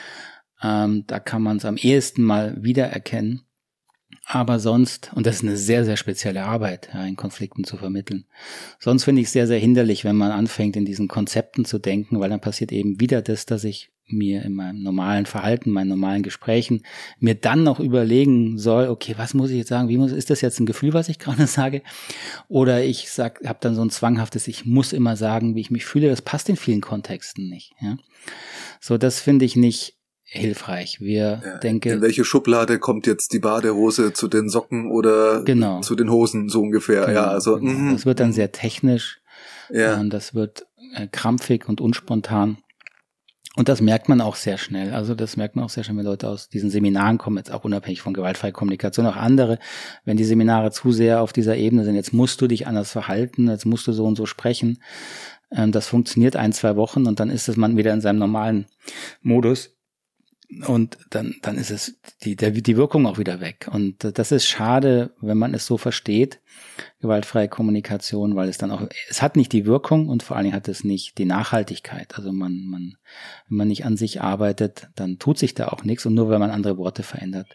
S3: Da kann man es am ehesten mal wiedererkennen. Aber sonst, und das ist eine sehr, sehr spezielle Arbeit, ja, in Konflikten zu vermitteln. Sonst finde ich es sehr, sehr hinderlich, wenn man anfängt, in diesen Konzepten zu denken, weil dann passiert eben wieder das, dass ich mir in meinem normalen Verhalten, meinen normalen Gesprächen, mir dann noch überlegen soll, okay, was muss ich jetzt sagen, ist das jetzt ein Gefühl, was ich gerade sage? Oder ich habe dann so ein zwanghaftes, ich muss immer sagen, wie ich mich fühle, das passt in vielen Kontexten nicht. Ja? So, das finde ich nicht hilfreich.
S2: In welche Schublade kommt jetzt die Badehose zu den Socken oder zu den Hosen, so ungefähr?
S3: Genau,
S2: ja, also
S3: das wird dann sehr technisch, das wird krampfig und unspontan. Und das merkt man auch sehr schnell. Also das merkt man auch sehr schnell, wenn Leute aus diesen Seminaren kommen, jetzt auch unabhängig von gewaltfreier Kommunikation, auch andere, wenn die Seminare zu sehr auf dieser Ebene sind, jetzt musst du dich anders verhalten, jetzt musst du so und so sprechen. Das funktioniert 1-2 Wochen und dann ist es man wieder in seinem normalen Modus. Und dann ist es die Wirkung auch wieder weg. Und das ist schade, wenn man es so versteht, gewaltfreie Kommunikation, weil es hat nicht die Wirkung und vor allen Dingen hat es nicht die Nachhaltigkeit. Also wenn man nicht an sich arbeitet, dann tut sich da auch nichts. Und nur weil man andere Worte verändert,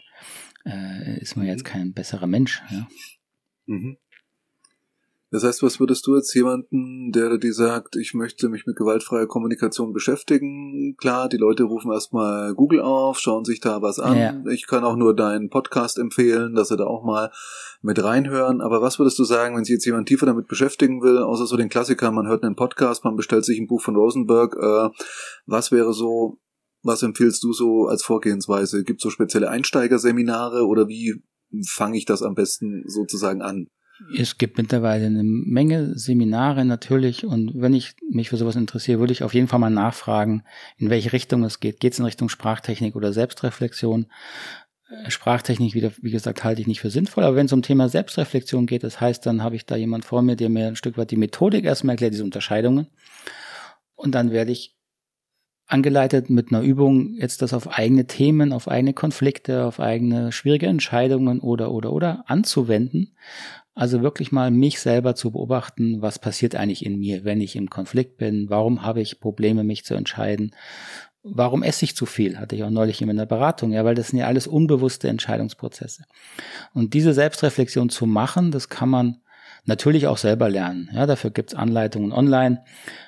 S3: ist man jetzt kein besserer Mensch. Ja.
S2: Mhm. Das heißt, was würdest du jetzt jemanden, der dir sagt, ich möchte mich mit gewaltfreier Kommunikation beschäftigen? Klar, die Leute rufen erstmal Google auf, schauen sich da was an. Ja. Ich kann auch nur deinen Podcast empfehlen, dass sie da auch mal mit reinhören. Aber was würdest du sagen, wenn sich jetzt jemand tiefer damit beschäftigen will, außer so den Klassiker, man hört einen Podcast, man bestellt sich ein Buch von Rosenberg. Was empfiehlst du so als Vorgehensweise? Gibt es so spezielle Einsteigerseminare oder wie fange ich das am besten sozusagen an?
S3: Es gibt mittlerweile eine Menge Seminare natürlich und wenn ich mich für sowas interessiere, würde ich auf jeden Fall mal nachfragen, in welche Richtung es geht. Geht es in Richtung Sprachtechnik oder Selbstreflexion? Sprachtechnik, wie gesagt, halte ich nicht für sinnvoll, aber wenn es um Thema Selbstreflexion geht, das heißt, dann habe ich da jemand vor mir, der mir ein Stück weit die Methodik erstmal erklärt, diese Unterscheidungen und dann werde ich angeleitet mit einer Übung, jetzt das auf eigene Themen, auf eigene Konflikte, auf eigene schwierige Entscheidungen oder anzuwenden. Also wirklich mal mich selber zu beobachten, was passiert eigentlich in mir, wenn ich im Konflikt bin, warum habe ich Probleme, mich zu entscheiden, warum esse ich zu viel, hatte ich auch neulich in der Beratung, ja, weil das sind ja alles unbewusste Entscheidungsprozesse. Und diese Selbstreflexion zu machen, das kann man natürlich auch selber lernen, ja, dafür gibt's Anleitungen online.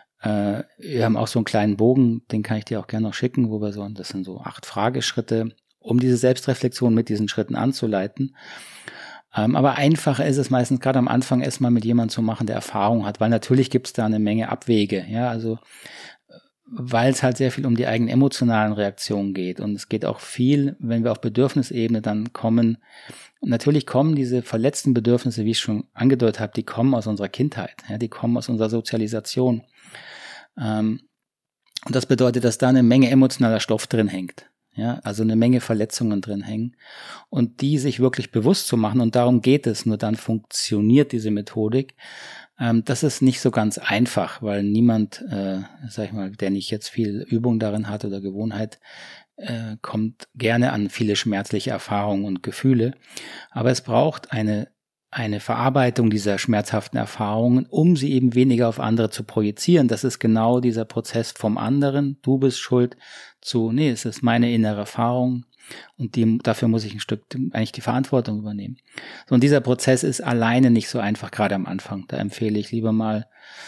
S3: Wir haben auch so einen kleinen Bogen, den kann ich dir auch gerne noch schicken, das sind so 8 Frageschritte, um diese Selbstreflexion mit diesen Schritten anzuleiten. Aber einfacher ist es meistens gerade am Anfang erstmal mit jemandem zu machen, der Erfahrung hat, weil natürlich gibt es da eine Menge Abwege, ja, also weil es halt sehr viel um die eigenen emotionalen Reaktionen geht und es geht auch viel, wenn wir auf Bedürfnisebene dann kommen, natürlich kommen diese verletzten Bedürfnisse, wie ich schon angedeutet habe, die kommen aus unserer Kindheit, ja, die kommen aus unserer Sozialisation und das bedeutet, dass da eine Menge emotionaler Stoff drin hängt. Ja, also eine Menge Verletzungen drin hängen und die sich wirklich bewusst zu machen und darum geht es, nur dann funktioniert diese Methodik. Das ist nicht so ganz einfach, weil niemand, der nicht jetzt viel Übung darin hat oder Gewohnheit, kommt gerne an viele schmerzliche Erfahrungen und Gefühle, aber es braucht eine Verarbeitung dieser schmerzhaften Erfahrungen, um sie eben weniger auf andere zu projizieren. Das ist genau dieser Prozess vom anderen, du bist schuld, es ist meine innere Erfahrung und dafür muss ich ein Stück eigentlich die Verantwortung übernehmen. So, und dieser Prozess ist alleine nicht so einfach, gerade am Anfang. Da empfehle ich lieber mal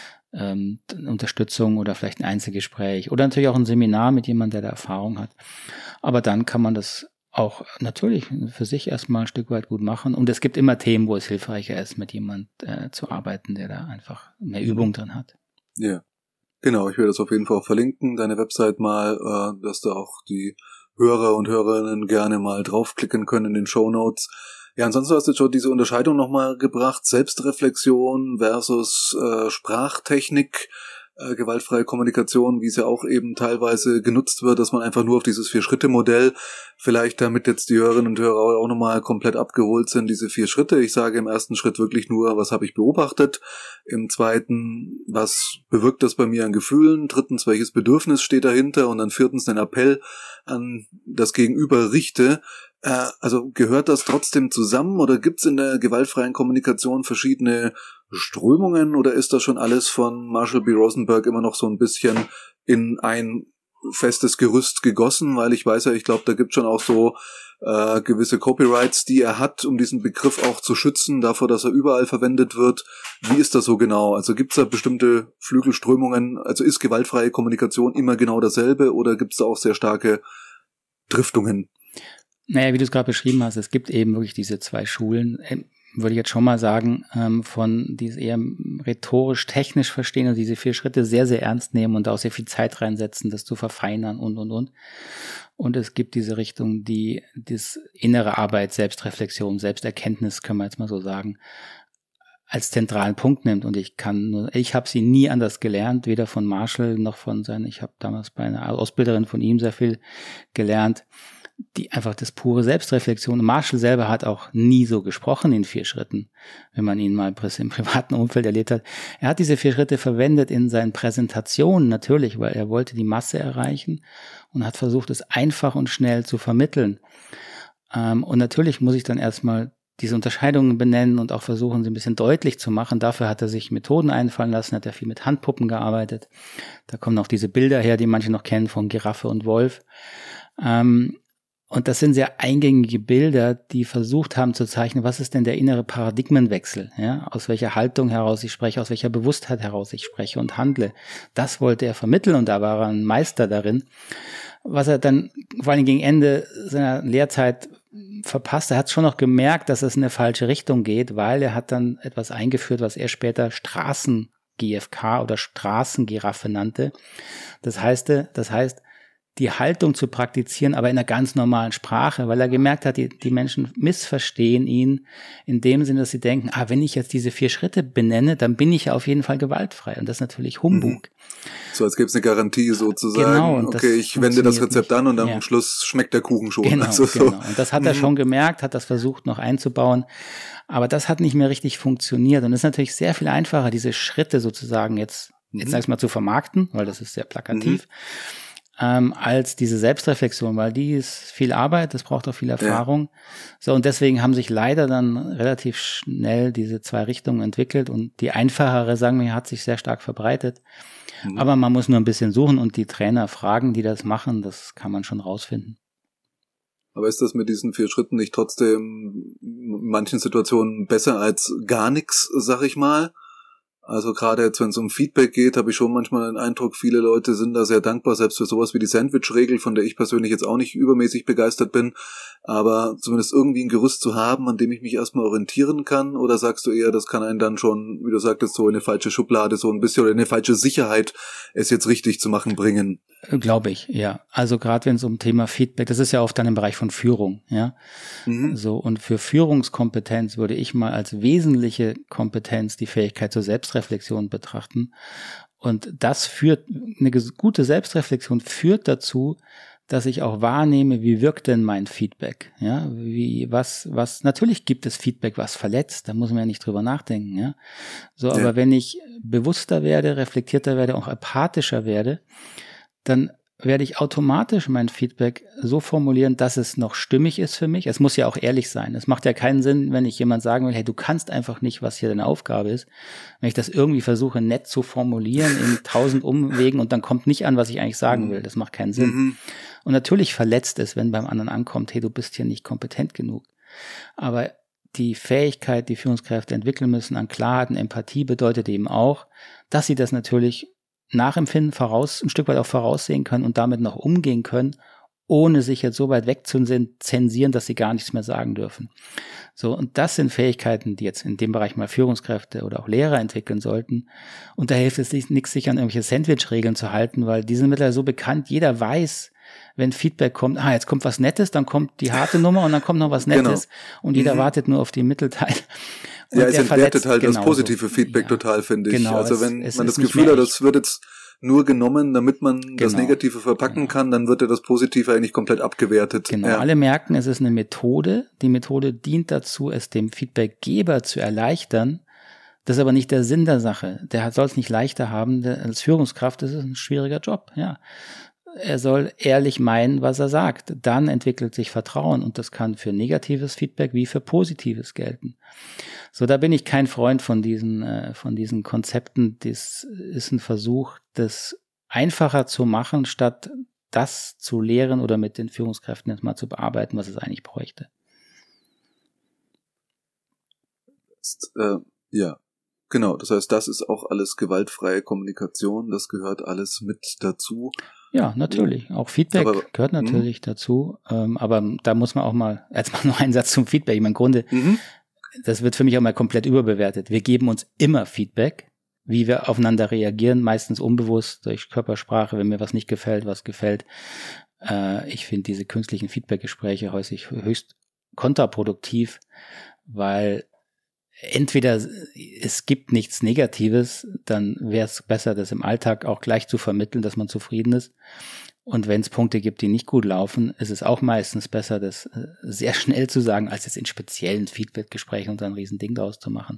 S3: Unterstützung oder vielleicht ein Einzelgespräch oder natürlich auch ein Seminar mit jemandem, der da Erfahrung hat. Aber dann kann man das auch natürlich für sich erstmal ein Stück weit gut machen. Und es gibt immer Themen, wo es hilfreicher ist, mit jemand zu arbeiten, der da einfach mehr Übung drin hat.
S2: Ja, genau. Ich werde das auf jeden Fall auch verlinken, deine Website mal, dass da auch die Hörer und Hörerinnen gerne mal draufklicken können in den Shownotes. Ja, ansonsten hast du schon diese Unterscheidung nochmal gebracht, Selbstreflexion versus Sprachtechnik. Gewaltfreie Kommunikation, wie es ja auch eben teilweise genutzt wird, dass man einfach nur auf dieses 4-Schritte-Modell, vielleicht damit jetzt die Hörerinnen und Hörer auch nochmal komplett abgeholt sind, diese 4 Schritte. Ich sage im ersten Schritt wirklich nur, was habe ich beobachtet? Im zweiten, was bewirkt das bei mir an Gefühlen? Drittens, welches Bedürfnis steht dahinter? Und dann viertens, den Appell an das Gegenüber richte. Also gehört das trotzdem zusammen oder gibt es in der gewaltfreien Kommunikation verschiedene Strömungen oder ist das schon alles von Marshall B. Rosenberg immer noch so ein bisschen in ein festes Gerüst gegossen, weil ich weiß ja, ich glaube, da gibt es schon auch so gewisse Copyrights, die er hat, um diesen Begriff auch zu schützen, davor, dass er überall verwendet wird. Wie ist das so genau? Also gibt es da bestimmte Flügelströmungen? Also ist gewaltfreie Kommunikation immer genau dasselbe oder gibt es da auch sehr starke Driftungen?
S3: Naja, wie du es gerade beschrieben hast, es gibt eben wirklich diese zwei Schulen, würde ich jetzt schon mal sagen, von die es eher rhetorisch-technisch verstehen und diese 4 Schritte sehr, sehr ernst nehmen und auch sehr viel Zeit reinsetzen, das zu verfeinern und. Und es gibt diese Richtung, die das innere Arbeit, Selbstreflexion, Selbsterkenntnis, können wir jetzt mal so sagen, als zentralen Punkt nimmt. Und ich habe sie nie anders gelernt, weder von Marshall noch ich habe damals bei einer Ausbilderin von ihm sehr viel gelernt, die einfach das pure Selbstreflexion. Marshall selber hat auch nie so gesprochen in 4 Schritten, wenn man ihn mal im privaten Umfeld erlebt hat. Er hat diese 4 Schritte verwendet in seinen Präsentationen natürlich, weil er wollte die Masse erreichen und hat versucht, es einfach und schnell zu vermitteln. Und natürlich muss ich dann erstmal diese Unterscheidungen benennen und auch versuchen, sie ein bisschen deutlich zu machen. Dafür hat er sich Methoden einfallen lassen, hat er viel mit Handpuppen gearbeitet. Da kommen auch diese Bilder her, die manche noch kennen von Giraffe und Wolf. Und das sind sehr eingängige Bilder, die versucht haben zu zeichnen, was ist denn der innere Paradigmenwechsel, ja, aus welcher Haltung heraus ich spreche, aus welcher Bewusstheit heraus ich spreche und handle. Das wollte er vermitteln und da war er ein Meister darin. Was er dann vor allem gegen Ende seiner Lehrzeit verpasst, er hat schon noch gemerkt, dass es in eine falsche Richtung geht, weil er hat dann etwas eingeführt, was er später Straßen-GFK oder Straßengiraffe nannte. Das heißt, die Haltung zu praktizieren, aber in einer ganz normalen Sprache, weil er gemerkt hat, die Menschen missverstehen ihn in dem Sinne, dass sie denken, wenn ich jetzt diese 4 Schritte benenne, dann bin ich ja auf jeden Fall gewaltfrei. Und das ist natürlich Humbug.
S2: So, als gäbe es eine Garantie sozusagen.
S3: Genau,
S2: okay, ich wende das Rezept an und dann am Schluss schmeckt der Kuchen schon.
S3: Genau,
S2: also
S3: genau. Und das hat er schon gemerkt, hat das versucht noch einzubauen. Aber das hat nicht mehr richtig funktioniert. Und es ist natürlich sehr viel einfacher, diese Schritte sozusagen jetzt sag ich mal, zu vermarkten, weil das ist sehr plakativ. Als diese Selbstreflexion, weil die ist viel Arbeit, das braucht auch viel Erfahrung. Ja. So, und deswegen haben sich leider dann relativ schnell diese 2 Richtungen entwickelt und die einfachere, sagen wir, hat sich sehr stark verbreitet. Aber man muss nur ein bisschen suchen und die Trainer fragen, die das machen, das kann man schon rausfinden.
S2: Aber ist das mit diesen 4 Schritten nicht trotzdem in manchen Situationen besser als gar nichts, sag ich mal? Also gerade jetzt, wenn es um Feedback geht, habe ich schon manchmal den Eindruck, viele Leute sind da sehr dankbar, selbst für sowas wie die Sandwich-Regel, von der ich persönlich jetzt auch nicht übermäßig begeistert bin, aber zumindest irgendwie ein Gerüst zu haben, an dem ich mich erstmal orientieren kann, oder sagst du eher, das kann einen dann schon, wie du sagtest, so in eine falsche Schublade, so ein bisschen, oder in eine falsche Sicherheit, es jetzt richtig zu machen, bringen?
S3: Glaube ich, ja. Also gerade wenn es um Thema Feedback, das ist ja oft dann im Bereich von Führung, ja. So, und für Führungskompetenz würde ich mal als wesentliche Kompetenz die Fähigkeit zur Selbstreflexion betrachten. Und das eine gute Selbstreflexion führt dazu, dass ich auch wahrnehme, wie wirkt denn mein Feedback, ja, was, natürlich gibt es Feedback, was verletzt, da muss man ja nicht drüber nachdenken, ja. So, aber wenn ich bewusster werde, reflektierter werde, auch apathischer werde, dann werde ich automatisch mein Feedback so formulieren, dass es noch stimmig ist für mich. Es muss ja auch ehrlich sein. Es macht ja keinen Sinn, wenn ich jemand sagen will, hey, du kannst einfach nicht, was hier deine Aufgabe ist. Wenn ich das irgendwie versuche, nett zu formulieren in 1000 Umwegen und dann kommt nicht an, was ich eigentlich sagen will. Das macht keinen Sinn. Und natürlich verletzt es, wenn beim anderen ankommt, hey, du bist hier nicht kompetent genug. Aber die Fähigkeit, die Führungskräfte entwickeln müssen an Klarheit und Empathie bedeutet eben auch, dass sie das natürlich nachempfinden, ein Stück weit auch voraussehen können und damit noch umgehen können, ohne sich jetzt so weit weg zu zensieren, dass sie gar nichts mehr sagen dürfen. So, und das sind Fähigkeiten, die jetzt in dem Bereich mal Führungskräfte oder auch Lehrer entwickeln sollten. Und da hilft es nichts, sich an irgendwelche Sandwich-Regeln zu halten, weil die sind mittlerweile so bekannt, jeder weiß, wenn Feedback kommt, jetzt kommt was Nettes, dann kommt die harte Nummer und dann kommt noch was Nettes und jeder wartet nur auf die Mittelteil. Und
S2: es entwertet halt das positive Feedback total, finde ich.
S3: Genau,
S2: also wenn man das Gefühl hat, das wird jetzt nur genommen, damit man das Negative verpacken kann, dann wird ja das Positive eigentlich komplett abgewertet.
S3: Genau, alle merken, es ist eine Methode. Die Methode dient dazu, es dem Feedbackgeber zu erleichtern. Das ist aber nicht der Sinn der Sache. Der soll es nicht leichter haben. Als Führungskraft ist es ein schwieriger Job, ja. Er soll ehrlich meinen, was er sagt. Dann entwickelt sich Vertrauen und das kann für negatives Feedback wie für positives gelten. So, da bin ich kein Freund von diesen Konzepten. Das ist ein Versuch, das einfacher zu machen, statt das zu lehren oder mit den Führungskräften jetzt mal zu bearbeiten, was es eigentlich bräuchte.
S2: Ja, genau. Das heißt, das ist auch alles gewaltfreie Kommunikation. Das gehört alles mit dazu.
S3: Ja, natürlich. Auch Feedback gehört natürlich dazu. Aber da muss man auch mal, jetzt mal noch einen Satz zum Feedback. Im Grunde, das wird für mich auch mal komplett überbewertet. Wir geben uns immer Feedback, wie wir aufeinander reagieren, meistens unbewusst durch Körpersprache, wenn mir was nicht gefällt, was gefällt. Ich finde diese künstlichen Feedback-Gespräche häufig höchst kontraproduktiv, weil entweder es gibt nichts Negatives, dann wäre es besser, das im Alltag auch gleich zu vermitteln, dass man zufrieden ist. Und wenn es Punkte gibt, die nicht gut laufen, ist es auch meistens besser, das sehr schnell zu sagen, als jetzt in speziellen Feedback-Gesprächen und dann ein Riesending draus zu machen.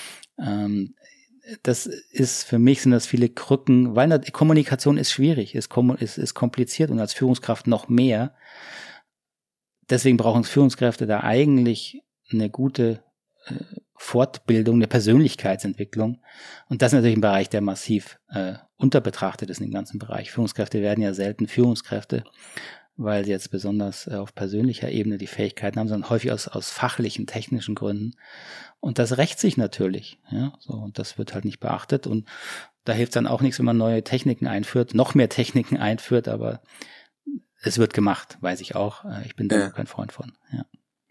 S3: Das ist, für mich sind das viele Krücken, weil Kommunikation ist schwierig, ist kompliziert und als Führungskraft noch mehr. Deswegen brauchen Führungskräfte da eigentlich eine gute Fortbildung, eine Persönlichkeitsentwicklung. Und das ist natürlich ein Bereich, der massiv unterbetrachtet ist in dem ganzen Bereich. Führungskräfte werden ja selten Führungskräfte, weil sie jetzt besonders auf persönlicher Ebene die Fähigkeiten haben, sondern häufig aus fachlichen, technischen Gründen. Und das rächt sich natürlich. Ja, so, und das wird halt nicht beachtet. Und da hilft dann auch nichts, wenn man neue Techniken einführt, noch mehr Techniken einführt, aber es wird gemacht, weiß ich auch. Ich bin da kein Freund von. Ja.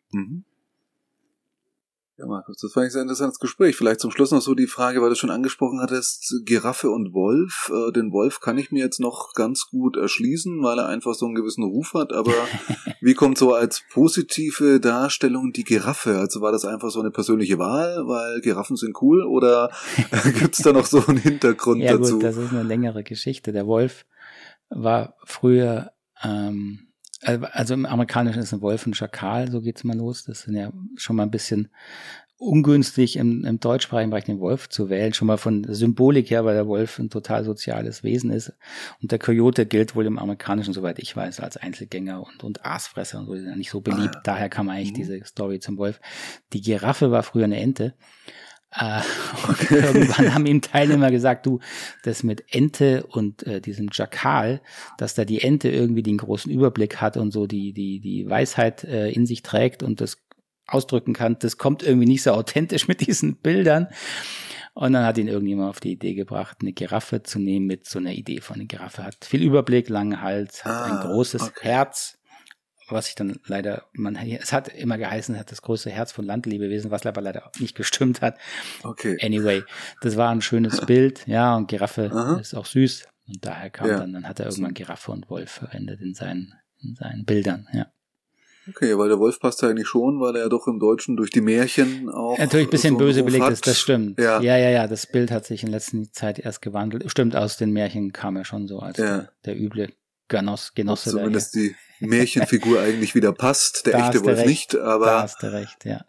S2: Ja, Markus, das fand ich ein sehr interessantes Gespräch. Vielleicht zum Schluss noch so die Frage, weil du schon angesprochen hattest, Giraffe und Wolf. Den Wolf kann ich mir jetzt noch ganz gut erschließen, weil er einfach so einen gewissen Ruf hat, aber wie kommt so als positive Darstellung die Giraffe? Also war das einfach so eine persönliche Wahl, weil Giraffen sind cool, oder gibt's da noch so einen Hintergrund dazu?
S3: Ja gut, das ist eine längere Geschichte. Der Wolf war früher also im Amerikanischen ist ein Wolf ein Schakal, so geht's mal los. Das sind ja schon mal ein bisschen ungünstig im deutschsprachigen Bereich den Wolf zu wählen, schon mal von Symbolik her, weil der Wolf ein total soziales Wesen ist. Und der Coyote gilt wohl im Amerikanischen, soweit ich weiß, als Einzelgänger und Aasfresser und so, die sind nicht so beliebt. Daher kam eigentlich diese Story zum Wolf. Die Giraffe war früher eine Ente. Und irgendwann haben ihm Teilnehmer gesagt, du, das mit Ente und diesem Schakal, dass da die Ente irgendwie den großen Überblick hat und so die Weisheit in sich trägt und das ausdrücken kann, das kommt irgendwie nicht so authentisch mit diesen Bildern. Und dann hat ihn irgendjemand auf die Idee gebracht, eine Giraffe zu nehmen mit so einer Idee von. Eine Giraffe hat viel Überblick, langen Hals, hat ein großes Herz, was ich dann leider, es hat immer geheißen, hat das größte Herz von Landlebewesen, was aber leider nicht gestimmt hat.
S2: Okay.
S3: Anyway, das war ein schönes Bild, ja, und Giraffe ist auch süß. Und daher kam dann hat er irgendwann Giraffe und Wolf verwendet in seinen Bildern, ja.
S2: Okay, weil der Wolf passt ja eigentlich schon, weil er ja doch im Deutschen durch die Märchen auch
S3: natürlich ein bisschen
S2: so
S3: böse belegt ist, das stimmt.
S2: Ja,
S3: das Bild hat sich in letzter Zeit erst gewandelt. Stimmt, aus den Märchen kam er schon so als der üble Genosse.
S2: Zumindest die Märchenfigur eigentlich wieder passt, der echte Wolf nicht, aber...
S3: Da hast du recht, ja.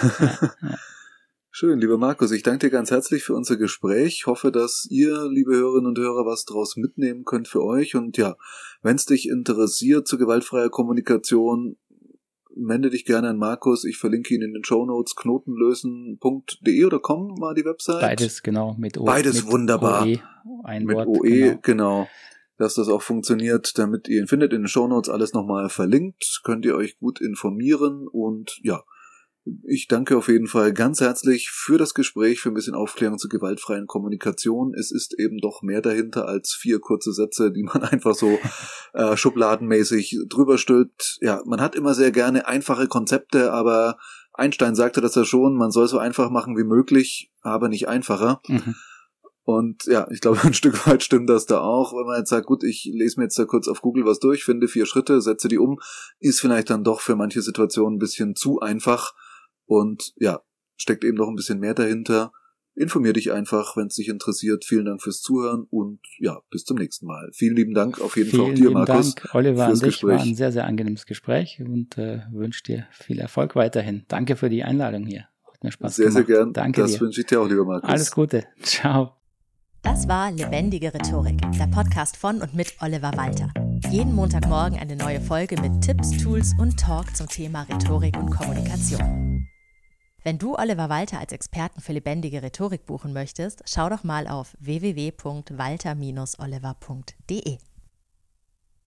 S2: Schön, lieber Markus, ich danke dir ganz herzlich für unser Gespräch. Ich hoffe, dass ihr, liebe Hörerinnen und Hörer, was draus mitnehmen könnt für euch. Und ja, wenn es dich interessiert zur gewaltfreier Kommunikation, melde dich gerne an Markus. Ich verlinke ihn in den Shownotes. knotenlösen.de oder .com war die Website.
S3: Beides, genau.
S2: Beides wunderbar.
S3: OE, ein
S2: mit
S3: Wort,
S2: OE, genau. Dass das auch funktioniert, damit ihr ihn findet. In den Shownotes alles nochmal verlinkt. Könnt ihr euch gut informieren. Und ja, ich danke auf jeden Fall ganz herzlich für das Gespräch, für ein bisschen Aufklärung zur gewaltfreien Kommunikation. Es ist eben doch mehr dahinter als 4 kurze Sätze, die man einfach so schubladenmäßig drüber stülpt. Ja, man hat immer sehr gerne einfache Konzepte, aber Einstein sagte das ja schon, man soll so einfach machen wie möglich, aber nicht einfacher. Und ja, ich glaube, ein Stück weit stimmt das da auch. Wenn man jetzt sagt, gut, ich lese mir jetzt da kurz auf Google was durch, finde 4 Schritte, setze die um, ist vielleicht dann doch für manche Situationen ein bisschen zu einfach. Und ja, steckt eben noch ein bisschen mehr dahinter. Informier dich einfach, wenn es dich interessiert. Vielen Dank fürs Zuhören und ja, bis zum nächsten Mal. Vielen lieben Dank auf jeden Fall auch dir, Markus.
S3: Vielen Dank, Oliver, an dich. War ein sehr, sehr angenehmes Gespräch und wünsche dir viel Erfolg weiterhin. Danke für die Einladung hier. Hat mir Spaß gemacht.
S2: Sehr, sehr gern.
S3: Danke
S2: das
S3: dir.
S2: Wünsche ich dir auch, lieber Markus.
S3: Alles Gute. Ciao.
S1: Das war Lebendige Rhetorik, der Podcast von und mit Oliver Walter. Jeden Montagmorgen eine neue Folge mit Tipps, Tools und Talk zum Thema Rhetorik und Kommunikation. Wenn du Oliver Walter als Experten für lebendige Rhetorik buchen möchtest, schau doch mal auf www.walter-oliver.de.